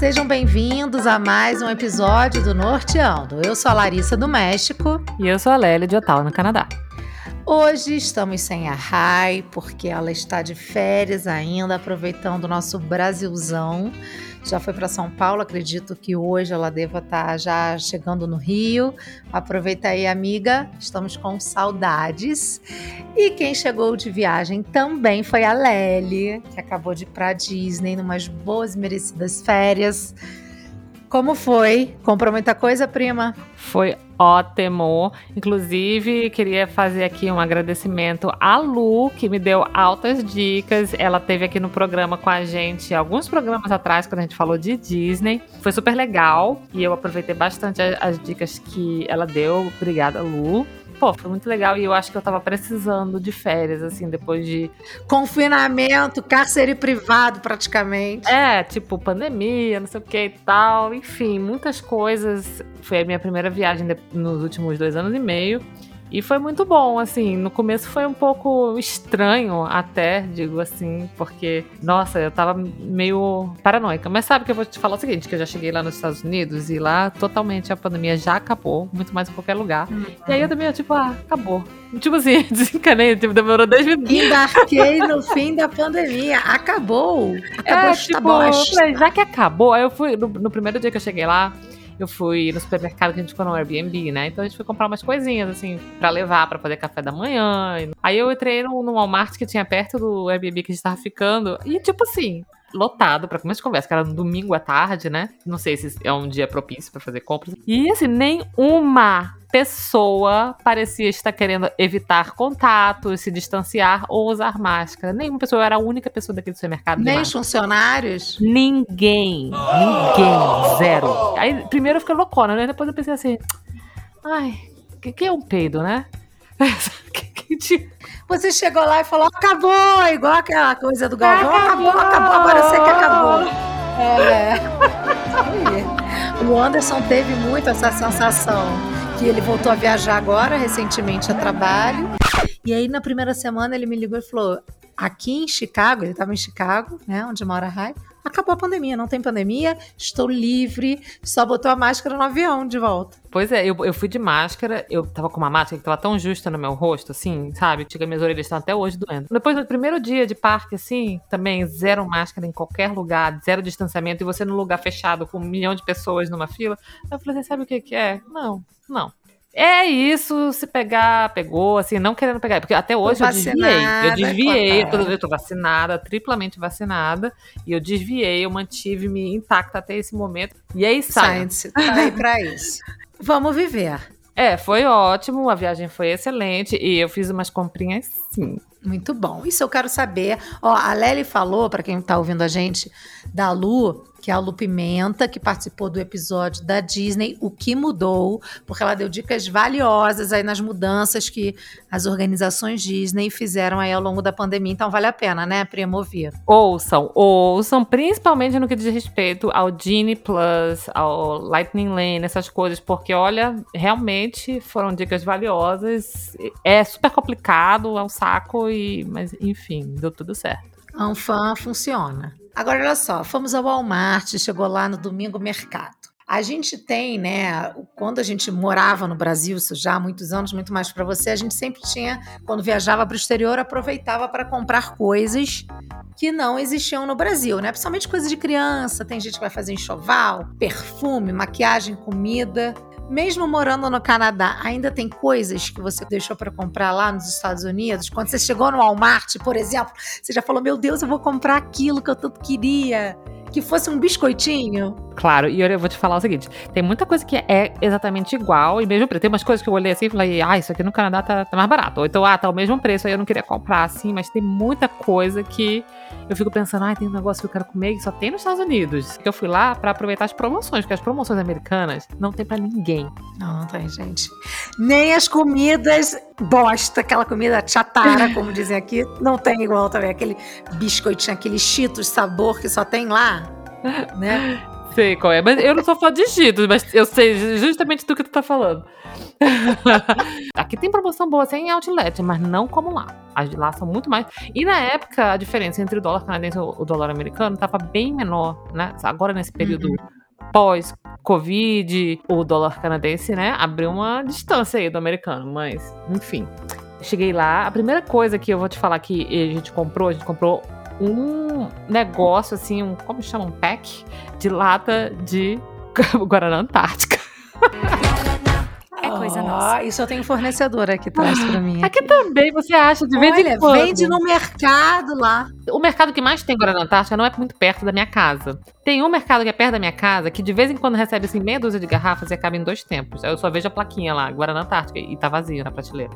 Sejam bem-vindos a mais um episódio do Norteando. Eu sou a Larissa do México. E eu sou a Lélia de Ottawa, no Canadá. Hoje estamos sem a Rai, porque ela está de férias ainda, aproveitando o nosso Brasilzão. Já foi para São Paulo, acredito que hoje ela deva estar já chegando no Rio. Aproveita aí, amiga, estamos com saudades. E quem chegou de viagem também foi a Lely, que acabou de ir para Disney, numas boas e merecidas férias. Como foi? Comprou muita coisa, prima? Foi ótimo. Inclusive, queria fazer aqui um agradecimento à Lu, que me deu altas dicas. Ela esteve aqui no programa com a gente alguns programas atrás, quando a gente falou de Disney. Foi super legal e eu aproveitei bastante as dicas que ela deu. Obrigada, Lu. Pô, foi muito legal e eu acho que eu tava precisando de férias, assim, depois de... Confinamento, cárcere privado, praticamente. Tipo, pandemia, não sei o que e tal. Enfim, muitas coisas. Foi a minha primeira viagem nos últimos 2 anos e meio. E foi muito bom, assim, no começo foi um pouco estranho até, digo assim, porque, nossa, eu tava meio paranoica. Mas sabe que eu vou te falar o seguinte, que eu já cheguei lá nos Estados Unidos e lá totalmente a pandemia já acabou, muito mais em qualquer lugar. E aí eu também, acabou. Tipo assim, desencanei, demorou 10 minutos. Embarquei no fim da pandemia, acabou esta bosta. Já que acabou, aí eu fui, no primeiro dia que eu cheguei lá, eu fui no supermercado que a gente ficou no Airbnb, né? Então a gente foi comprar umas coisinhas, assim, pra levar, pra fazer café da manhã. Aí eu entrei no Walmart que tinha perto do Airbnb que a gente tava ficando. E, tipo assim, lotado pra começo de conversa, que era no domingo à tarde, né? Não sei se é um dia propício pra fazer compras. E, assim, nenhuma pessoa parecia estar querendo evitar contatos, se distanciar ou usar máscara. Nenhuma pessoa, eu era a única pessoa daquele supermercado. Nem os funcionários? Ninguém, zero. Aí primeiro eu fiquei loucona, né? Depois eu pensei assim, que é um peido, né? Você chegou lá e falou, acabou, igual aquela coisa do Galvão, acabou, agora eu sei que acabou. O Anderson teve muito essa sensação, que ele voltou a viajar agora, recentemente, a trabalho. E aí, na primeira semana, ele me ligou e falou, aqui em Chicago, ele estava em Chicago, né, onde mora a Rai, acabou a pandemia, não tem pandemia, estou livre, só botou a máscara no avião de volta. Pois é, eu fui de máscara, eu tava com uma máscara que tava tão justa no meu rosto, assim, sabe? Minhas orelhas estão até hoje doendo. Depois, no primeiro dia de parque, assim, também zero máscara em qualquer lugar, zero distanciamento, e você num lugar fechado com 1 milhão de pessoas numa fila. Eu falei assim, sabe o que é? Não. É isso, se pegar, pegou, assim, não querendo pegar. Porque até hoje eu desviei. Eu tô vacinada, triplamente vacinada. E eu desviei, eu mantive-me intacta até esse momento. E aí, Science, tá aí pra isso. Vamos viver. Foi ótimo, a viagem foi excelente. E eu fiz umas comprinhas, sim. Muito bom. Isso eu quero saber. A Lely falou, para quem tá ouvindo a gente, da Lu, que é a Lu Pimenta, que participou do episódio da Disney, O Que Mudou, porque ela deu dicas valiosas aí nas mudanças que as organizações Disney fizeram aí ao longo da pandemia. Então vale a pena, né, prima, ouvir. Ouçam, principalmente no que diz respeito ao Genie Plus, ao Lightning Lane, essas coisas, porque, olha, realmente foram dicas valiosas. É super complicado, é um saco, mas enfim, deu tudo certo. A Anfam funciona. Agora, olha só, fomos ao Walmart, chegou lá no domingo mercado. A gente tem, né, quando a gente morava no Brasil, isso já há muitos anos, muito mais para você, a gente sempre tinha, quando viajava para o exterior, aproveitava para comprar coisas que não existiam no Brasil, né? Principalmente coisa de criança, tem gente que vai fazer enxoval, perfume, maquiagem, comida. Mesmo morando no Canadá, ainda tem coisas que você deixou para comprar lá nos Estados Unidos? Quando você chegou no Walmart, por exemplo, você já falou, meu Deus, eu vou comprar aquilo que eu tanto queria, que fosse um biscoitinho. Claro, e eu vou te falar o seguinte, tem muita coisa que é exatamente igual e mesmo preço. Tem umas coisas que eu olhei assim e falei, isso aqui no Canadá tá mais barato. Ou então, tá o mesmo preço, aí eu não queria comprar assim, mas tem muita coisa que eu fico pensando, tem um negócio que eu quero comer que só tem nos Estados Unidos. Eu fui lá pra aproveitar as promoções, porque as promoções americanas não tem pra ninguém. Não tem, gente. Nem as comidas bosta, aquela comida chatara, como dizem aqui, não tem igual também. Aquele biscoitinho, aquele Cheetos sabor que só tem lá, né? Sei qual é, mas eu não sou fã de Cheetos, mas eu sei justamente do que tu tá falando. Aqui tem promoção boa, sem outlet, mas não como lá. As de lá são muito mais. E na época, a diferença entre o dólar canadense e o dólar americano tava bem menor, né? Agora, nesse período pós-Covid, o dólar canadense, né, abriu uma distância aí do americano. Mas, enfim. Cheguei lá, a primeira coisa que eu vou te falar que a gente comprou um negócio, assim, como chama? Um pack de lata de Guaraná Antártica. É coisa nossa. Isso eu tenho fornecedora que traz pra mim. Aqui também você acha de vez em quando. Vende no mercado lá. O mercado que mais tem Guaraná Antártica não é muito perto da minha casa. Tem um mercado que é perto da minha casa que de vez em quando recebe assim meia dúzia de garrafas e acaba em 2 tempos. Eu só vejo a plaquinha lá, Guaraná Antártica, e tá vazio na prateleira.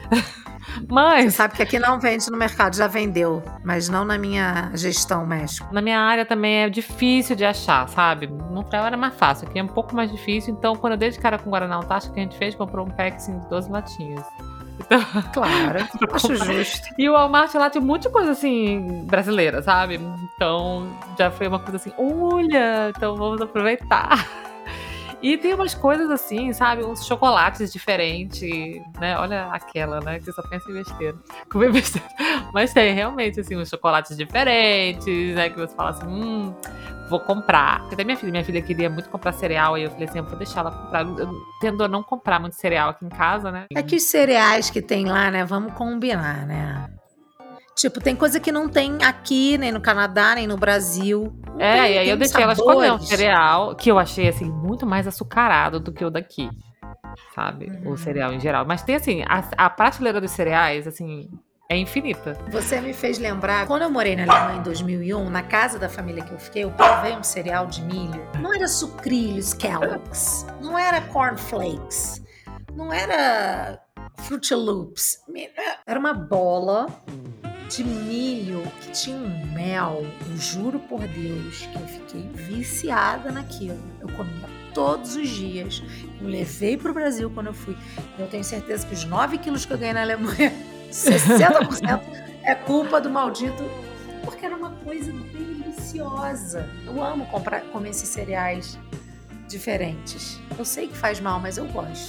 Mas você sabe que aqui não vende no mercado, já vendeu, mas não na minha gestão México. Na minha área também é difícil de achar, sabe? No Praia era mais fácil, aqui é um pouco mais difícil. Então, quando eu dei de cara com Guaraná Antártica, o que a gente fez? Comprou um pack assim, de 12 latinhas. Então, claro, acho justo. E o Walmart lá tinha um monte de coisa assim, brasileira, sabe? Então, já foi uma coisa assim, olha, então vamos aproveitar. E tem umas coisas assim, sabe? Uns chocolates diferentes, né? Olha aquela, né? Que só pensa em besteira. Comer besteira. Mas tem realmente, assim, uns chocolates diferentes, né? Que você fala assim, vou comprar. Porque até minha filha queria muito comprar cereal. Aí eu falei assim, eu vou deixar ela comprar. Eu tendo a não comprar muito cereal aqui em casa, né? É que os cereais que tem lá, né? Vamos combinar, né? Tipo, tem coisa que não tem aqui, nem no Canadá, nem no Brasil. E aí eu deixei elas comer um cereal que eu achei, assim, muito mais açucarado do que o daqui, sabe? O cereal em geral. Mas tem, assim, a prateleira dos cereais, assim, é infinita. Você me fez lembrar, quando eu morei na Alemanha em 2001, na casa da família que eu fiquei, eu provei um cereal de milho. Não era sucrilhos Kellogg's, não era cornflakes, não era Fruit Loops. Era uma bola de milho que tinha um mel, eu juro por Deus que eu fiquei viciada naquilo. Eu comia todos os dias, eu levei pro Brasil quando eu fui. Eu tenho certeza que os 9 quilos que eu ganhei na Alemanha, 60% é culpa do maldito, porque era uma coisa deliciosa. Eu amo comer esses cereais diferentes. Eu sei que faz mal, mas eu gosto.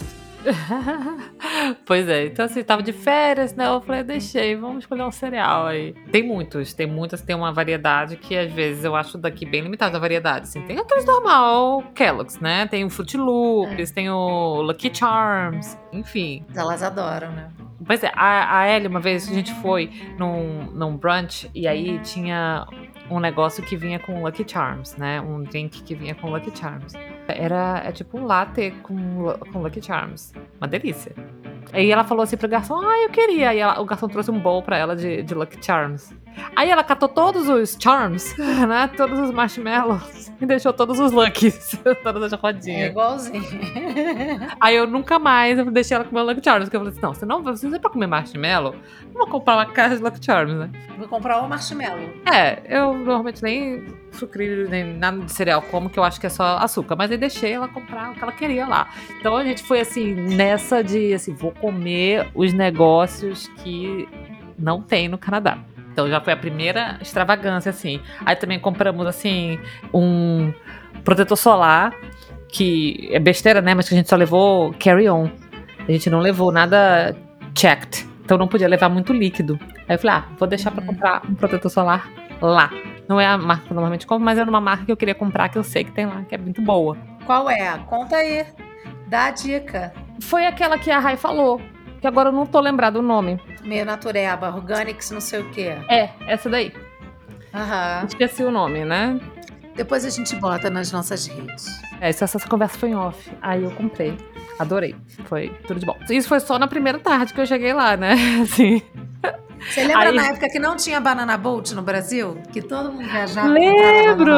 Pois é, então assim, tava de férias, né? Eu falei, deixei, vamos escolher um cereal aí. Tem muitos, tem uma variedade que às vezes eu acho daqui bem limitada a variedade. Assim, tem aqueles normal Kellogg's, né? Tem o Fruit Loops, tem o Lucky Charms, enfim. Elas adoram, né? Pois é, a Ellie, uma vez a gente foi num brunch e aí tinha um negócio que vinha com Lucky Charms, né? Um drink que vinha com Lucky Charms. É tipo um latte com Lucky Charms. Uma delícia. Aí ela falou assim pro garçom, eu queria. Aí o garçom trouxe um bowl pra ela de Lucky Charms. Aí ela catou todos os Charms, né? Todos os marshmallows. E deixou todos os Luckies. Todas as rodinhas. É igualzinho. Aí eu nunca mais deixei ela comer Lucky Charms. Porque eu falei assim, não, se você é pra comer marshmallow, não vou comprar uma caixa de Lucky Charms, né? Vou comprar o marshmallow. Eu normalmente nem sucrilho, nem nada de cereal como, que eu acho que é só açúcar. Mas aí deixei ela comprar o que ela queria lá. Então a gente foi assim, nessa de, assim, vou comer os negócios que não tem no Canadá. Então já foi a primeira extravagância, assim. Aí também compramos, assim, um protetor solar, que é besteira, né? Mas que a gente só levou carry-on. A gente não levou nada checked. Então não podia levar muito líquido. Aí eu falei, vou deixar pra comprar um protetor solar lá. Não é a marca que eu normalmente compro, mas era uma marca que eu queria comprar, que eu sei que tem lá, que é muito boa. Qual é? Conta aí. Dá a dica. Foi aquela que a Rai falou, que agora eu não tô lembrado o nome. Meio natureba, organics, não sei o quê. É, essa daí. Aham. Esqueci o nome, né? Depois a gente bota nas nossas redes. Essa conversa foi em off. Aí eu comprei. Adorei. Foi tudo de bom. Isso foi só na primeira tarde que eu cheguei lá, né? Assim. Você lembra na época que não tinha Banana Boat no Brasil? Que todo mundo viajava? Lembro.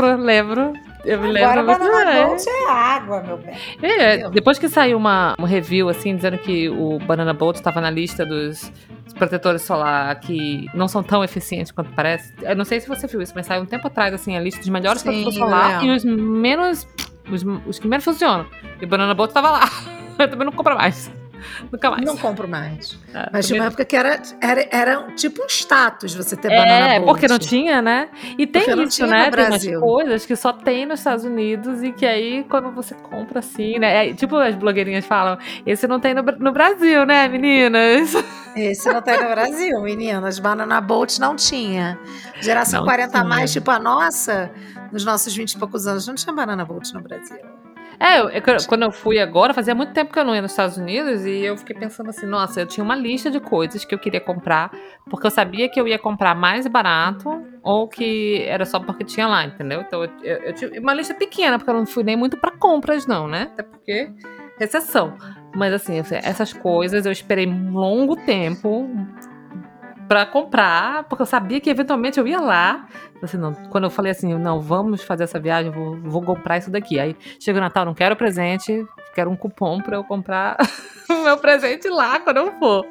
Eu me lembro. Agora Banana Boat é água, meu bem. Depois que saiu um review, assim, dizendo que o Banana Boat estava na lista dos protetores solar que não são tão eficientes quanto parece. Eu não sei se você viu isso, mas saiu um tempo atrás, assim, a lista dos melhores protetores solar e os menos... Os que menos funcionam. E o Banana Boat tava lá. Eu também não compro mais. Nunca mais. Não compro mais. também Mas tinha uma não. época que era tipo um status você ter banana boat. Porque não tinha, né? E tem Porque não isso, tinha né? no Tem umas Brasil. coisas que só tem nos Estados Unidos e que aí, quando você compra assim, né? Tipo, as blogueirinhas falam, esse não tem no Brasil, né, meninas? Esse não tem no Brasil, meninas. Banana boat não tinha. Geração Não 40 a mais, tinha. tipo a nossa, nos nossos 20 e poucos anos, não tinha banana boat no Brasil. Quando eu fui agora, fazia muito tempo que eu não ia nos Estados Unidos e eu fiquei pensando assim, nossa, eu tinha uma lista de coisas que eu queria comprar, porque eu sabia que eu ia comprar mais barato ou que era só porque tinha lá, entendeu? Então eu tinha uma lista pequena, porque eu não fui nem muito pra compras não, né? Até porque recessão. Mas assim, essas coisas eu esperei um longo tempo pra comprar, porque eu sabia que eventualmente eu ia lá. Assim, não, quando eu falei assim, não, vamos fazer essa viagem, vou comprar isso daqui. Aí chega o Natal, não quero presente, quero um cupom pra eu comprar o meu presente lá quando eu for.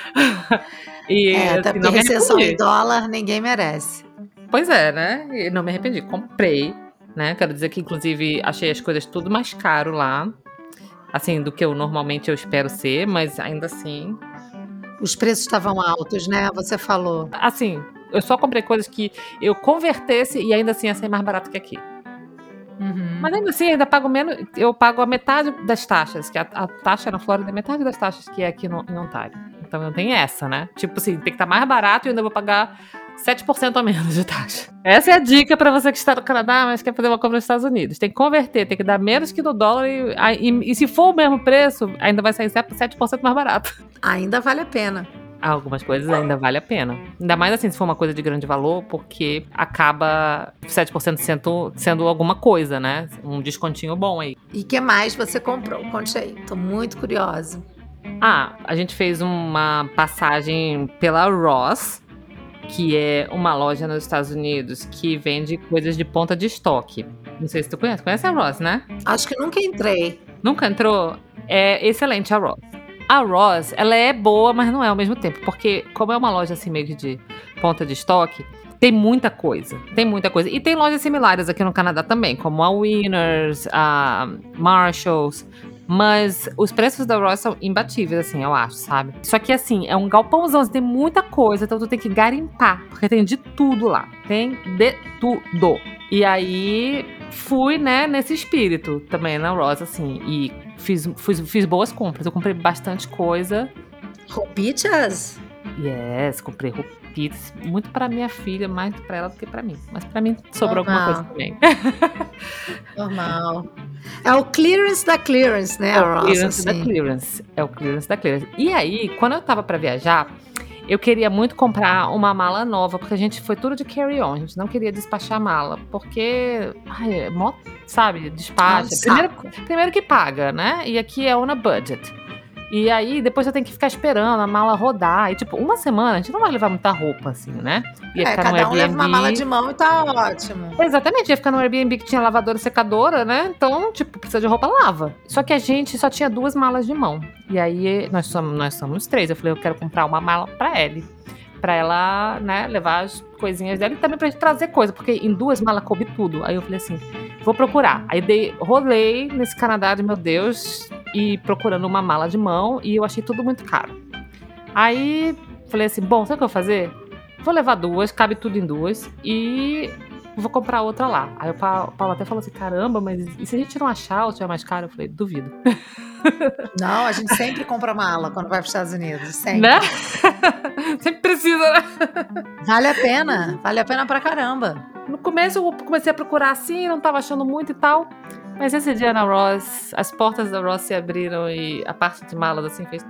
E Até assim, porque não me recessão em arrependi. dólar ninguém merece. Pois é, né? E não me arrependi. Comprei, né? Quero dizer que, inclusive, achei as coisas tudo mais caro lá. Assim, do que eu normalmente eu espero ser, mas ainda assim. Os preços estavam altos, né? Você falou. Assim, eu só comprei coisas que eu convertesse e ainda assim ia ser mais barato que aqui. Uhum. Mas ainda assim, ainda pago menos. Eu pago a metade das taxas, que a taxa na Flórida é metade das taxas que é aqui em Ontário. Então eu tenho essa, né? Tipo assim, tem que estar mais barato e eu ainda vou pagar 7% a menos de taxa. Essa é a dica pra você que está no Canadá, mas quer fazer uma compra nos Estados Unidos. Tem que converter, tem que dar menos que no dólar e se for o mesmo preço, ainda vai sair 7% mais barato. Ainda vale a pena. Algumas coisas ainda vale a pena. Ainda mais assim, se for uma coisa de grande valor, porque acaba 7% sendo alguma coisa, né? Um descontinho bom aí. E o que mais você comprou? Conte aí. Tô muito curiosa. A gente fez uma passagem pela Ross, que é uma loja nos Estados Unidos que vende coisas de ponta de estoque. Não sei se tu conhece. Conhece a Ross, né? Acho que nunca entrei. Nunca entrou? É excelente a Ross. A Ross, ela é boa, mas não é ao mesmo tempo. Porque como é uma loja assim meio que de ponta de estoque, tem muita coisa. Tem muita coisa. E tem lojas similares aqui no Canadá também, como a Winners, a Marshalls. Mas os preços da Ross são imbatíveis, assim, eu acho, sabe? Só que, assim, é um galpãozão, tem muita coisa, então tu tem que garimpar, porque tem de tudo lá. Tem de tudo. E aí, fui, né, nesse espírito também na Ross, assim, e fiz boas compras. Eu comprei bastante coisa. Roupitas? Yes, comprei roupitas. Muito pra minha filha, mais pra ela do que pra mim. Mas pra mim sobrou alguma coisa também. Normal. É o clearance da clearance, né? É o clearance da clearance. É o clearance da clearance. E aí, quando eu tava pra viajar, eu queria muito comprar uma mala nova, porque a gente foi tudo de carry-on. A gente não queria despachar a mala, porque, sabe, despacha. Primeiro que paga, né? E aqui é on a budget. E aí, depois eu tenho que ficar esperando a mala rodar. E, tipo, uma semana, a gente não vai levar muita roupa, assim, né? Ia ficar no cada Airbnb. um leva uma mala de mão e tá ótimo. Exatamente, ia ficar no Airbnb que tinha lavadora e secadora, né? Então, tipo, precisa de roupa, lava. Só que a gente só tinha 2 malas de mão. E aí, nós somos 3. Eu falei, eu quero comprar uma mala pra Ellie. Pra ela, né, levar as coisinhas dela e também pra gente trazer coisa. Porque em 2 malas coube tudo. Aí eu falei assim, vou procurar. Aí rolei nesse Canadá de meu Deus e procurando uma mala de mão e eu achei tudo muito caro. Aí falei assim, bom, sabe o que eu vou fazer? Vou levar 2, cabe tudo em 2 e vou comprar outra lá. Aí o Paulo até falou assim, caramba, mas e se a gente não achar ou tiver mais caro? Eu falei, duvido. Não, a gente sempre compra mala quando vai para os Estados Unidos, sempre. Né? Sempre precisa, né? Vale a pena pra caramba. No começo eu comecei a procurar assim, não tava achando muito e tal. Mas esse dia na Ross, as portas da Ross se abriram e a parte de malas assim fez...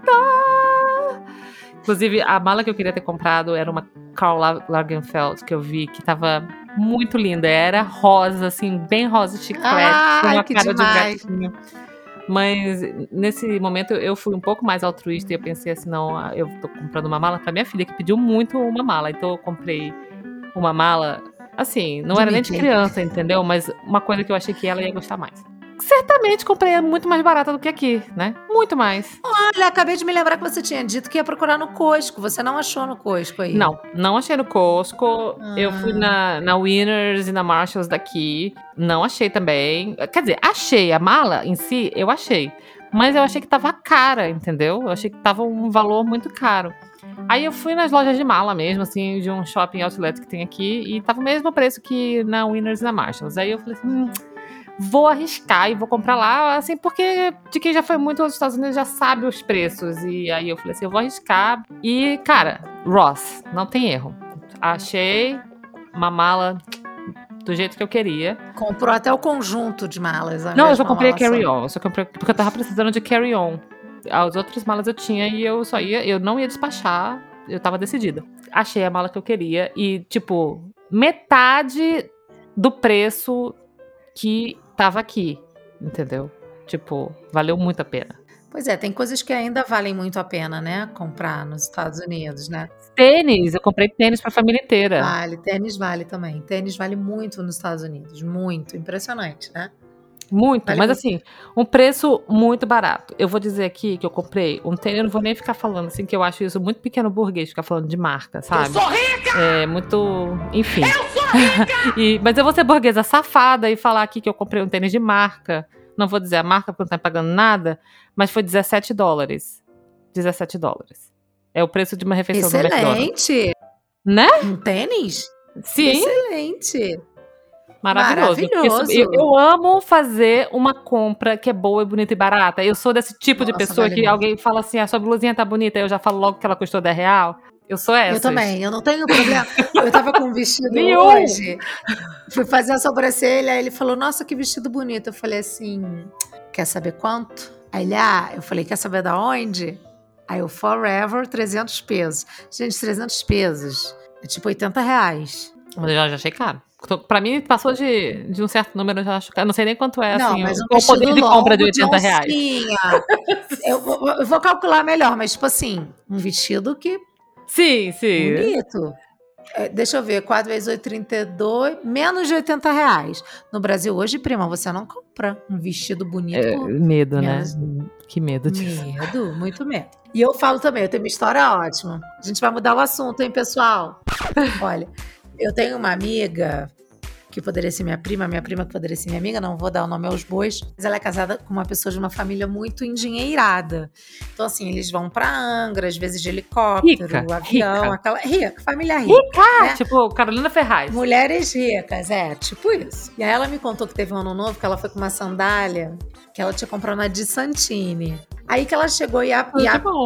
Inclusive, a mala que eu queria ter comprado era uma Karl Lagerfeld que eu vi que tava muito linda. Era rosa, assim, bem rosa chiclete, com uma cara demais. De gatinho. Mas nesse momento eu fui um pouco mais altruísta e eu pensei assim, não, eu tô comprando uma mala pra minha filha que pediu muito uma mala. Então eu comprei uma mala, assim, não era nem de criança, entendeu? Mas uma coisa que eu achei que ela ia gostar mais. Certamente comprei muito mais barata do que aqui, né? Muito mais. Olha, acabei de me lembrar que você tinha dito que ia procurar no Costco. Você não achou no Costco aí? Não achei no Costco. Eu fui na Winners e na Marshalls daqui. Não achei também. Quer dizer, achei. A mala em si, eu achei. mas eu achei que tava cara, entendeu? Eu achei que tava um valor muito caro. Aí eu fui nas lojas de mala mesmo, assim, de um shopping outlet que tem aqui, e tava o mesmo preço que na Winners e na Marshalls. Aí eu falei assim, vou arriscar e vou comprar lá, assim, porque de quem já foi muito aos Estados Unidos já sabe os preços. E aí eu falei assim, eu vou arriscar. E, cara, Ross, não tem erro. Achei uma mala do jeito que eu queria. Comprou até o conjunto de malas. Não, eu só comprei a carry-on. Eu só comprei porque eu tava precisando de carry-on. As outras malas eu tinha e eu não ia despachar. Eu tava decidida. Achei a mala que eu queria e, tipo, metade do preço que tava aqui, entendeu? Tipo, valeu muito a pena. Pois é, tem coisas que ainda valem muito a pena, né? Comprar nos Estados Unidos, né? Tênis, eu comprei tênis pra família inteira. Vale, tênis vale também. Tênis vale muito nos Estados Unidos. Muito, impressionante, né? Muito, Vale mas muito. assim, um preço muito barato. Eu vou dizer aqui que eu comprei um tênis, eu não vou nem ficar falando assim, que eu acho isso muito pequeno burguês, ficar falando de marca, sabe? Eu sou rica! É muito, enfim. Eu sou rica! Mas eu vou ser burguesa safada e falar aqui que eu comprei um tênis de marca. Não vou dizer a marca porque não tá pagando nada, mas foi $17. $17. É o preço de uma refeição no McDonald's. Excelente! Né? Um tênis? Sim. Excelente! Maravilhoso. Maravilhoso. Eu amo fazer uma compra que é boa e bonita e barata. Eu sou desse tipo de Nossa, pessoa vale que muito. alguém fala assim, a sua blusinha tá bonita, eu já falo logo que ela custou R$10. Eu sou essa. Eu também, eu não tenho problema. Eu tava com um vestido Nenhum. hoje, fui fazer a sobrancelha, aí ele falou, nossa, que vestido bonito. Eu falei assim, quer saber quanto? Aí ele, eu falei, quer saber da onde? Aí eu, Forever, 300 pesos. Gente, 300 pesos é tipo R$80. Mas eu já achei caro. Pra mim, passou de um certo número, eu já acho caro. Não sei nem quanto é, Não, assim, mas um o poder vestido de compra de longo de R$80. oncinha. Eu vou calcular melhor, mas tipo assim, um vestido que Sim, sim. bonito. Deixa eu ver, 4 vezes 8, 32, menos de R$80. No Brasil hoje, prima, você não compra um vestido bonito. Medo, menos... né? Que medo disso. Medo, muito medo. E eu falo também, eu tenho uma história ótima. A gente vai mudar o assunto, hein, pessoal? Olha, eu tenho uma amiga que poderia ser minha prima que poderia ser minha amiga, não vou dar o nome aos bois, mas ela é casada com uma pessoa de uma família muito endinheirada. Então, assim, eles vão pra Angra, às vezes de helicóptero, avião, aquela... Rica, família rica. Né? Tipo Carolina Ferraz. Mulheres ricas, tipo isso. E aí ela me contou que teve um ano novo, que ela foi com uma sandália que ela tinha comprado na Di Santini. Aí que ela chegou e tudo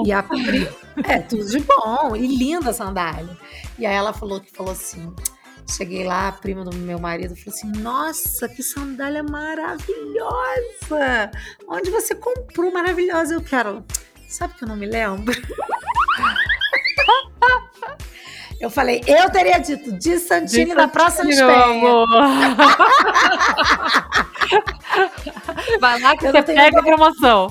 de bom, e linda a sandália. E aí ela falou assim... Cheguei lá, a prima do meu marido falou assim, nossa, que sandália maravilhosa! Onde você comprou? Maravilhosa, eu quero. Sabe que eu não me lembro? Eu falei, eu teria dito, Di Santini da Praça dos Penha. Vai lá que você pega a promoção.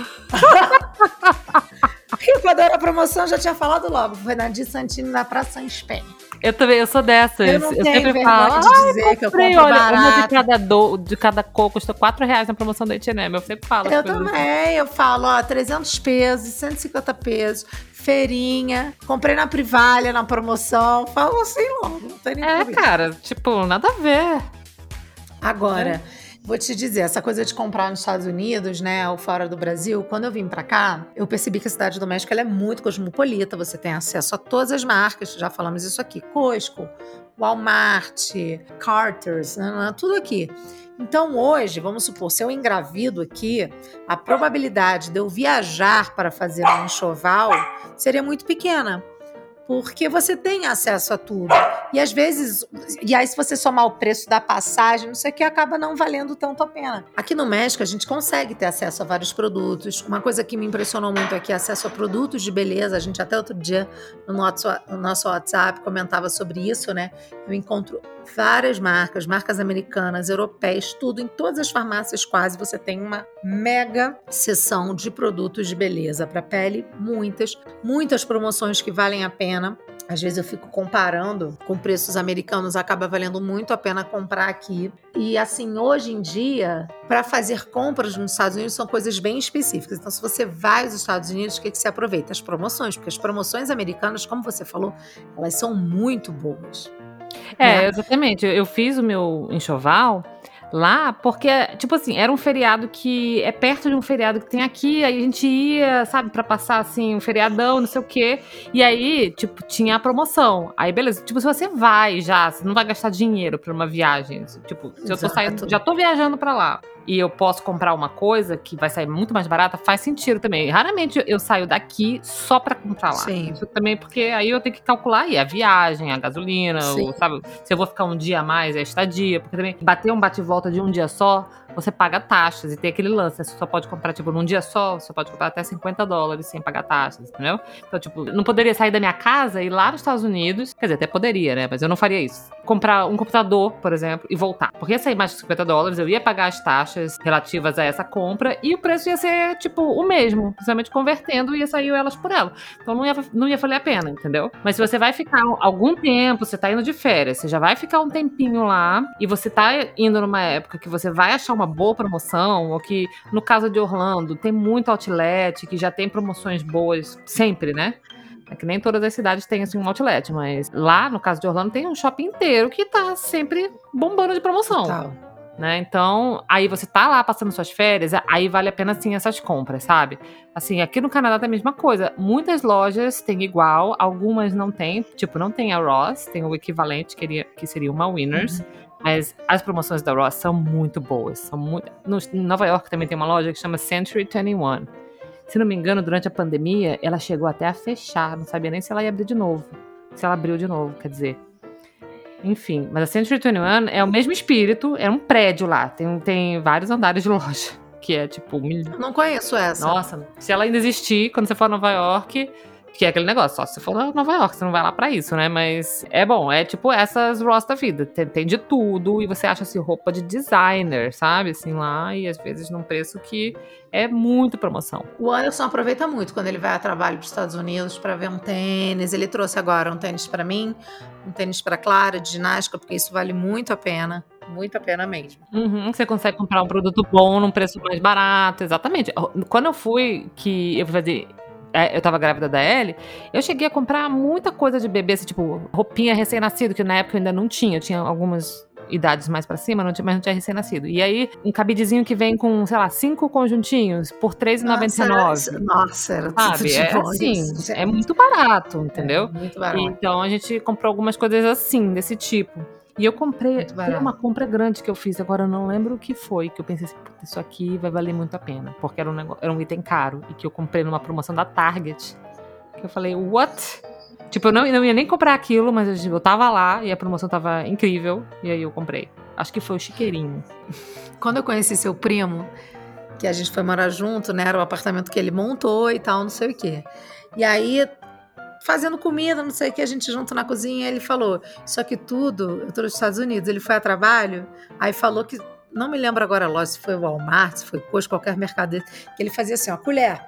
E quando era a promoção, eu já tinha falado logo. Foi na Di Santini da Praça dos Penha. Eu também, eu sou dessas. Eu não tenho sempre vergonha falo, de dizer que eu compro barato. Uma de cada cor custa R$4 na promoção da H&M. Eu sempre falo. Eu também, eu falo, 300 pesos, 150 pesos, feirinha, comprei na Privalha, na promoção, falo assim logo, não tem nem problema. Cara, tipo, nada a ver. Agora, vou te dizer, essa coisa de comprar nos Estados Unidos, né, ou fora do Brasil, quando eu vim pra cá, eu percebi que a cidade do México ela é muito cosmopolita, você tem acesso a todas as marcas, já falamos isso aqui, Costco, Walmart, Carter's, tudo aqui. Então hoje, vamos supor, se eu engravido aqui, a probabilidade de eu viajar para fazer um enxoval seria muito pequena. Porque você tem acesso a tudo. E às vezes, e aí se você somar o preço da passagem, não sei o que, acaba não valendo tanto a pena. Aqui no México, a gente consegue ter acesso a vários produtos. Uma coisa que me impressionou muito aqui é acesso a produtos de beleza. A gente até outro dia, no nosso WhatsApp, comentava sobre isso, né? Eu encontro várias marcas americanas, europeias, tudo, em todas as farmácias quase, você tem uma mega seção de produtos de beleza para pele, muitas promoções que valem a pena. Às vezes eu fico comparando com preços americanos, acaba valendo muito a pena comprar aqui. E assim, hoje em dia, para fazer compras nos Estados Unidos são coisas bem específicas. Então, se você vai aos Estados Unidos, o que você aproveita? As promoções, porque as promoções americanas, como você falou, elas são muito boas. Exatamente. Eu fiz o meu enxoval lá, porque, tipo assim, era um feriado que é perto de um feriado que tem aqui, aí a gente ia, sabe, pra passar, assim, um feriadão, não sei o quê, e aí, tipo, tinha a promoção. Aí, beleza, tipo, se você vai já, você não vai gastar dinheiro pra uma viagem, tipo, se eu tô saindo, já tô viajando pra lá, e eu posso comprar uma coisa que vai sair muito mais barata, faz sentido também. Raramente eu saio daqui só pra comprar lá. Sim. Isso também porque aí eu tenho que calcular aí a viagem, a gasolina, sabe? Se eu vou ficar um dia a mais, é a estadia. Porque também bater um bate-volta de um dia só, você paga taxas. E tem aquele lance, você só pode comprar, tipo, num dia só, você pode comprar até $50 sem pagar taxas, entendeu? Então, tipo, não poderia sair da minha casa e ir lá nos Estados Unidos. Quer dizer, até poderia, né? Mas eu não faria isso. Comprar um computador, por exemplo, e voltar. Porque ia sair mais de $50, eu ia pagar as taxas relativas a essa compra e o preço ia ser, tipo, o mesmo. Principalmente convertendo, ia sair elas por ela. Então não ia valer a pena, entendeu? Mas se você vai ficar algum tempo, você tá indo de férias, você já vai ficar um tempinho lá e você tá indo numa época que você vai achar uma boa promoção, ou que, no caso de Orlando, tem muito outlet, que já tem promoções boas sempre, né? É que nem todas as cidades têm, assim, um outlet, mas lá, no caso de Orlando, tem um shopping inteiro que tá sempre bombando de promoção. Total. Né? Então, aí você tá lá passando suas férias, aí vale a pena, sim, essas compras, sabe? Assim, aqui no Canadá tem a mesma coisa. Muitas lojas têm igual, algumas não tem. Tipo, não tem a Ross, tem o equivalente, que seria uma Winners. Mas as promoções da Ross são muito boas. Em Nova York também tem uma loja que chama Century 21. Se não me engano, durante a pandemia, ela chegou até a fechar. Não sabia nem se ela ia abrir de novo. Se ela abriu de novo, quer dizer. Enfim, mas a Century 21 é o mesmo espírito, é um prédio lá, tem vários andares de loja, que é tipo... Eu não conheço essa. Nossa, se ela ainda existir, quando você for a Nova York, que é aquele negócio, só se você for a Nova York, você não vai lá pra isso, né? Mas é bom, é tipo essas Ross da vida, tem de tudo, e você acha assim, roupa de designer, sabe? Assim, lá, e às vezes num preço que é muito promoção. O Anderson aproveita muito quando ele vai a trabalho para os Estados Unidos para ver um tênis. Ele trouxe agora um tênis para mim, um tênis para Clara, de ginástica, porque isso vale muito a pena. Muito a pena mesmo. Você consegue comprar um produto bom num preço mais barato, exatamente. Quando eu fui, eu fui fazer... Eu tava grávida da Ellie, eu cheguei a comprar muita coisa de bebê, assim, tipo, roupinha recém-nascido, que na época eu ainda não tinha. Eu tinha algumas idades mais pra cima, mas não tinha recém-nascido. E aí, um cabidezinho que vem com, sei lá, 5 conjuntinhos por R$3,99. Nossa, era tudo sabe? de bom Assim, isso, é muito barato, entendeu? Muito barato. Então a gente comprou algumas coisas assim, desse tipo. E eu comprei, foi uma compra grande que eu fiz, agora eu não lembro o que foi, que eu pensei assim, isso aqui vai valer muito a pena, porque era um item caro, e que eu comprei numa promoção da Target, que eu falei, what? Tipo, eu não ia nem comprar aquilo, mas eu tava lá, e a promoção tava incrível, e aí eu comprei. Acho que foi o chiqueirinho. Quando eu conheci seu primo, que a gente foi morar junto, né, era o apartamento que ele montou e tal, não sei o quê. E aí... fazendo comida, não sei o que, a gente junto na cozinha, ele falou, isso aqui tudo, eu tô nos Estados Unidos, ele foi a trabalho, aí falou que, não me lembro agora a loja, se foi o Walmart, se foi Costco, qualquer mercado desse, que ele fazia assim, ó, colher,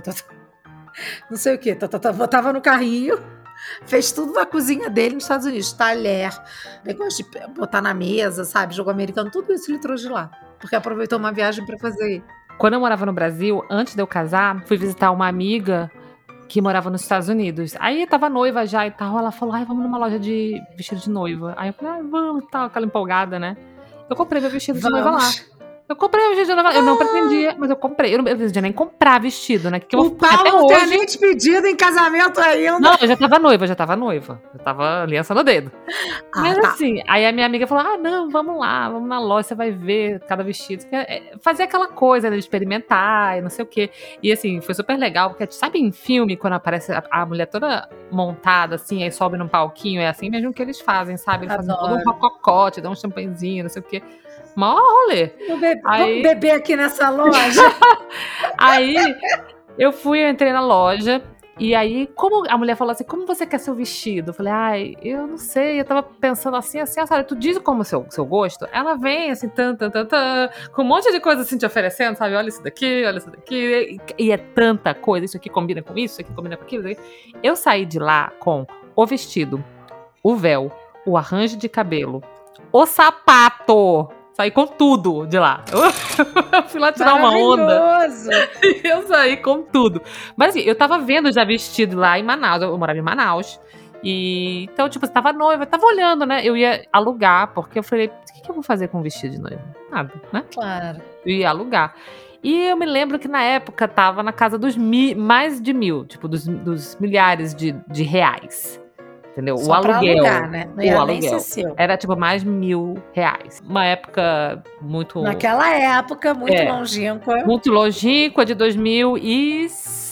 não sei o que, botava no carrinho, fez tudo na cozinha dele nos Estados Unidos, talher, negócio de botar na mesa, sabe, jogo americano, tudo isso ele trouxe de lá, porque aproveitou uma viagem pra fazer. Quando eu morava no Brasil, antes de eu casar, fui visitar uma amiga que morava nos Estados Unidos. Aí tava noiva já e tal, ela falou, vamos numa loja de vestido de noiva. Aí eu falei, vamos e tal, aquela empolgada, né? Eu comprei meu vestido de noiva lá. Eu comprei o vestido de noiva, eu não pretendia, mas eu comprei. Eu não pretendia nem comprar vestido, né? Que o Paulo não tem nem te pedido em casamento ainda. Não, eu já tava noiva. Eu tava aliança no dedo. Mas assim, aí a minha amiga falou, não, vamos lá, vamos na loja, você vai ver cada vestido. Fazer aquela coisa, né, de experimentar e não sei o quê. E assim, foi super legal, porque sabe em filme, quando aparece a mulher toda montada, assim, aí sobe num palquinho, é assim mesmo que eles fazem, sabe? Eles fazem todo um rococote, dão um champanhezinho, não sei o quê. Maior rolê. Vamos beber aqui nessa loja. Aí eu entrei na loja. E aí, como a mulher falou assim, como você quer seu vestido? Eu falei, eu não sei, eu tava pensando assim, sabe? Tu diz como seu gosto? Ela vem assim, com um monte de coisa assim te oferecendo, sabe? Olha isso daqui. E é tanta coisa, isso aqui combina com isso aqui combina com aquilo. Eu saí de lá com o vestido, o véu, o arranjo de cabelo, o sapato. Saí com tudo de lá. Eu fui lá tirar uma onda. Eu saí com tudo. Mas assim, eu tava vendo já vestido lá em Manaus. Eu morava em Manaus. E então, tipo, você tava noiva, tava olhando, né? Eu ia alugar, porque eu falei, o que eu vou fazer com um vestido de noiva? Nada, né? Claro. Eu ia alugar. E eu me lembro que na época tava na casa dos mais de 1.000, tipo, dos milhares de reais. Entendeu? Só o pra aluguel. alugar, né? Não ia o nem ser aluguel. seu. Era tipo mais de R$1.000. Uma época muito. Naquela época, muito longínqua. Muito longínqua, de 2000 e.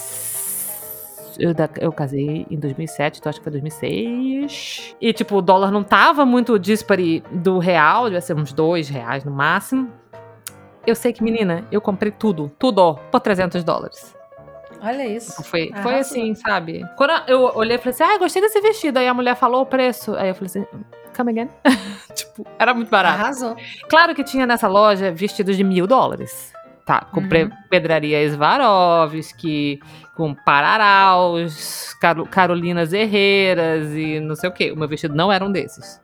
Eu casei em 2007, então acho que foi 2006. E, tipo, o dólar não tava muito dispare do real, devia ser uns R$2 no máximo. Eu sei que, menina, eu comprei tudo por $300. Olha isso. Foi assim, sabe? Quando eu olhei e falei assim, gostei desse vestido. Aí a mulher falou o preço. Aí eu falei assim, come again? Tipo, era muito barato. Arrasou. Claro que tinha nessa loja vestidos de $1.000. Tá, comprei pedraria Swarovski, com pararaus, Carolinas Herreras e não sei o quê. O meu vestido não era um desses.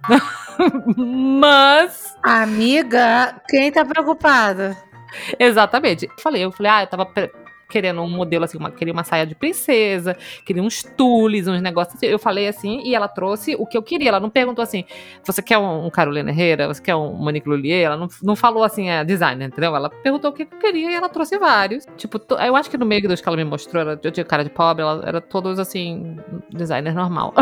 Mas... Amiga, quem tá preocupada? Exatamente. Eu falei, eu tava querendo um modelo assim, queria uma saia de princesa, queria uns tules, uns negócios assim. Eu falei assim, e ela trouxe o que eu queria. Ela não perguntou assim, você quer um Carolina Herrera? Você quer um Monique Lhuillier? Ela não falou assim, designer, entendeu? Ela perguntou o que eu queria e ela trouxe vários. Tipo, eu acho que no meio dos que ela me mostrou, eu tinha cara de pobre, ela era todos assim, designer normal.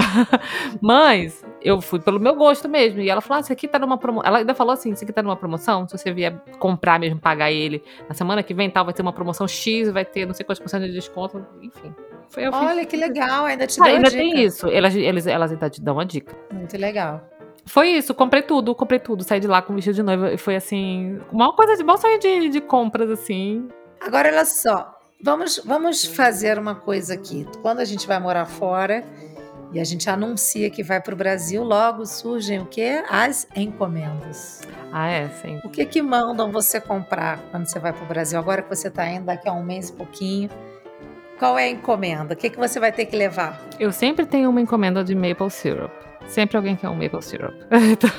Mas eu fui pelo meu gosto mesmo. E ela falou, isso aqui tá numa promoção. Ela ainda falou assim, isso aqui tá numa promoção, se você vier comprar mesmo, pagar ele na semana que vem, tal, vai ter uma promoção X, vai ter não sei quantos % de desconto, enfim. Olha, que legal, ainda te deu a dica. Ainda tem isso, elas ainda te dão uma dica. Muito legal. Foi isso, comprei tudo, saí de lá com vestido de noiva, e foi assim, uma coisa de bom sonho de compras, assim. Agora, olha só, vamos fazer uma coisa aqui. Quando a gente vai morar fora e a gente anuncia que vai para o Brasil, logo surgem o quê? As encomendas. Sim. O que mandam você comprar quando você vai para o Brasil? Agora que você está indo daqui a um mês e pouquinho, qual é a encomenda? O que você vai ter que levar? Eu sempre tenho uma encomenda de maple syrup. Sempre alguém quer um maple syrup. Então...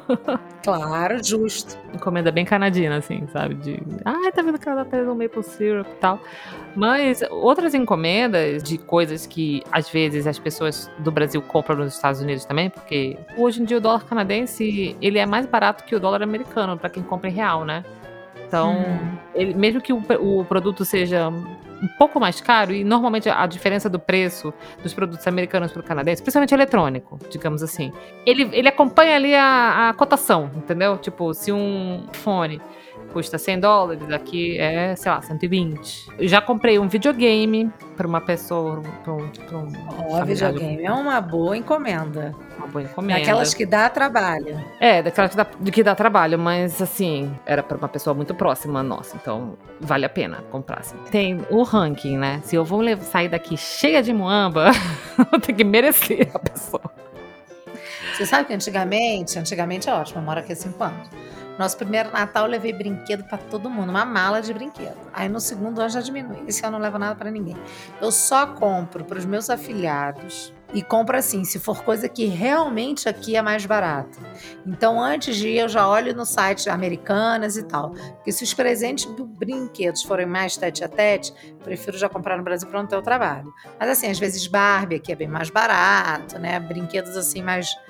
Claro, justo. Encomenda bem canadina, assim, sabe? Tá vendo que ela tá pegando um maple syrup e tal. Mas outras encomendas de coisas que, às vezes, as pessoas do Brasil compram nos Estados Unidos também, porque hoje em dia o dólar canadense, ele é mais barato que o dólar americano, pra quem compra em real, né? Então, mesmo que o produto seja um pouco mais caro, e normalmente a diferença do preço dos produtos americanos para o canadense, principalmente eletrônico, digamos assim, ele acompanha ali a cotação, entendeu? Tipo, se um fone custa $100, aqui é, sei lá, 120. Eu já comprei um videogame para uma pessoa, videogame é uma boa encomenda. Uma boa encomenda. Daquelas que dá trabalho. Daquelas que dá trabalho, mas assim, era para uma pessoa muito próxima nossa, então vale a pena comprar, assim. Tem o ranking, né? Se eu vou sair daqui cheia de muamba, eu tenho que merecer a pessoa. Você sabe que antigamente é ótimo, eu moro aqui há 5 anos. Nosso primeiro Natal eu levei brinquedo pra todo mundo, uma mala de brinquedo. Aí no segundo ano já diminui. Esse ano eu não levo nada pra ninguém. Eu só compro pros meus afilhados e compro assim, se for coisa que realmente aqui é mais barata. Então antes de ir eu já olho no site Americanas e tal. Porque se os presentes brinquedos forem mais tete a tete, prefiro já comprar no Brasil pra não ter o trabalho. Mas assim, às vezes Barbie aqui é bem mais barato, né? Brinquedos assim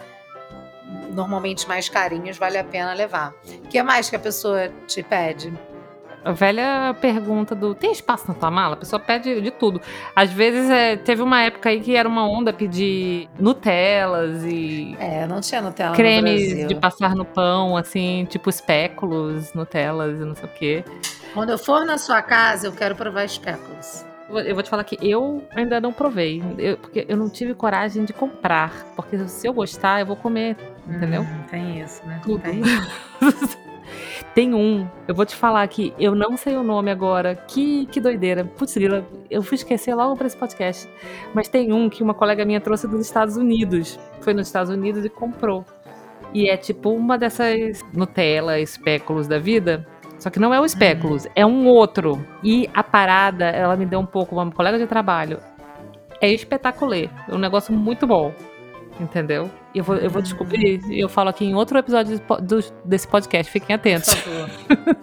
normalmente mais carinhos, vale a pena levar. O que mais que a pessoa te pede? A velha pergunta tem espaço na tua mala? A pessoa pede de tudo. Às vezes, teve uma época aí que era uma onda pedir Nutellas e... não tinha Nutella cremes no Brasil. De passar no pão, assim, tipo espéculos, Nutellas e não sei o quê. Quando eu for na sua casa, eu quero provar espéculos. Eu vou te falar que eu ainda não provei, porque eu não tive coragem de comprar, porque se eu gostar, eu vou comer, entendeu? Tem isso, né? Tudo. Tem eu vou te falar que eu não sei o nome agora, que doideira. Putz, eu fui esquecer logo pra esse podcast, mas tem que uma colega minha trouxe dos Estados Unidos, foi nos Estados Unidos e comprou. E é tipo uma dessas Nutella, espéculos da vida. Só que não é o espéculos, é um outro. E a parada, ela me deu um pouco, uma colega de trabalho. É espetacular. É um negócio muito bom. Entendeu? Eu vou descobrir, e eu falo aqui em outro episódio desse podcast, fiquem atentos. Por favor.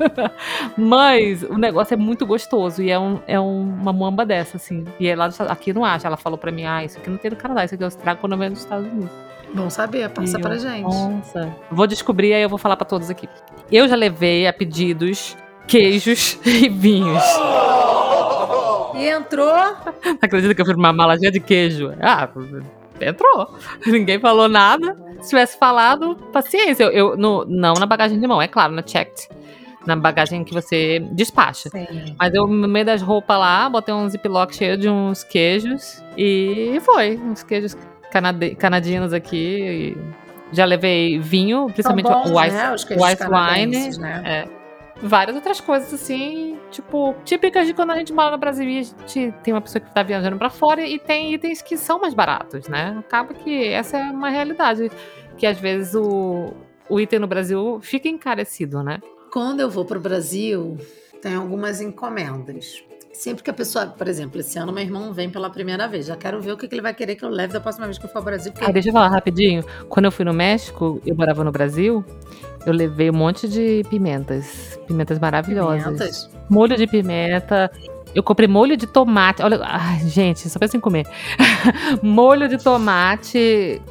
Mas o negócio é muito gostoso, e é uma muamba dessa, assim. E ela aqui não acha, ela falou pra mim, isso aqui não tem no Canadá, isso aqui eu trago quando eu venho dos Estados Unidos. Bom saber, passa pra gente. Nossa. Vou descobrir, aí eu vou falar pra todos aqui. Eu já levei a pedidos queijos e vinhos. E entrou? Acredita que eu fui numa mala cheia de queijo? Entrou. Ninguém falou nada. Se tivesse falado, paciência. Não na bagagem de mão, é claro, na checked. Na bagagem que você despacha. Sim. Mas eu, no meio das roupas lá, botei um ziplock cheio de uns queijos. E foi. Uns queijos canadianos aqui. Já levei vinho, principalmente São bons, o ice, né? Os queijos white wine. né? Várias outras coisas, assim, tipo, típicas de quando a gente mora no Brasil e a gente tem uma pessoa que tá viajando pra fora e tem itens que são mais baratos, né? Acaba que essa é uma realidade, que às vezes o item no Brasil fica encarecido, né? Quando eu vou pro Brasil, tem algumas encomendas. Sempre que a pessoa, por exemplo, esse ano meu irmão vem pela primeira vez, já quero ver o que ele vai querer que eu leve da próxima vez que eu for ao Brasil. Porque... Deixa eu falar rapidinho. Quando eu fui no México, eu morava no Brasil, eu levei um monte de pimentas maravilhosas. Pimentas? Molho de pimenta. Eu comprei molho de tomate. Olha, gente, só pensa em comer. Molho de tomate,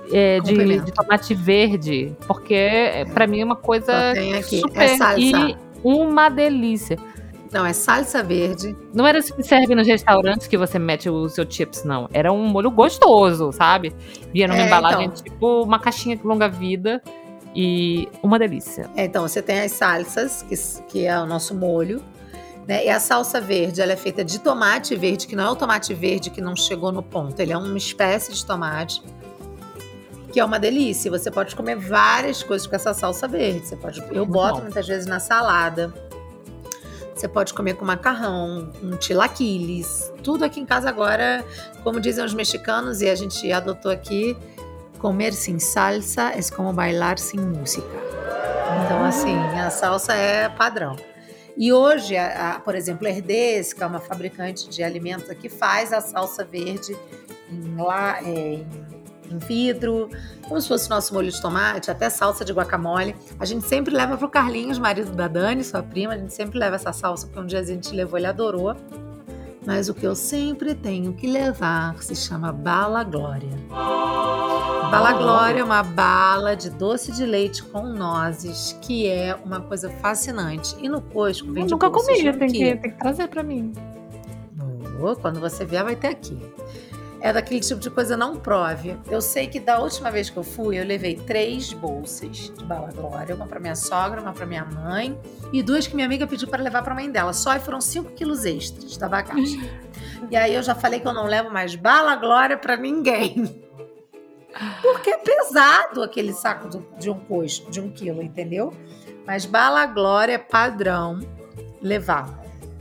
de tomate verde, porque pra mim é uma coisa super e uma delícia. Não, é salsa verde. Não era isso que serve nos restaurantes que você mete o seu chips, não. Era um molho gostoso, sabe? Vinha numa embalagem, tipo uma caixinha longa-vida. E uma delícia. Então, você tem as salsas, que é o nosso molho, né? E a salsa verde, ela é feita de tomate verde, que não é o tomate verde que não chegou no ponto. Ele é uma espécie de tomate, que é uma delícia. Você pode comer várias coisas com essa salsa verde. Eu boto muitas vezes na salada. Você pode comer com macarrão, com chilaquiles. Tudo aqui em casa agora, como dizem os mexicanos, e a gente adotou aqui, comer sem salsa é como bailar sem música. Então, assim, a salsa é padrão. E hoje, por exemplo, a Herdez, que é uma fabricante de alimentos aqui, faz a salsa verde em vidro, como se fosse nosso molho de tomate, até salsa de guacamole. A gente sempre leva pro Carlinhos, marido da Dani, sua prima, a gente sempre leva essa salsa, porque um dia a gente levou, ele adorou. Mas o que eu sempre tenho que levar se chama Bala Glória. Bala Glória é uma bala de doce de leite com nozes, que é uma coisa fascinante. E no Costco vende nunca comi, tem que trazer pra mim. Quando você vier, vai ter aqui. É daquele tipo de coisa, não prove. Eu sei que da última vez que eu fui, eu levei 3 bolsas de Bala Glória. Uma pra minha sogra, uma pra minha mãe. E 2 que minha amiga pediu para levar pra mãe dela. Só e foram 5 quilos extras da abacate. E aí eu já falei que eu não levo mais Bala Glória pra ninguém. Porque é pesado aquele saco de um Costco, de 1 quilo, entendeu? Mas Bala Glória é padrão levar.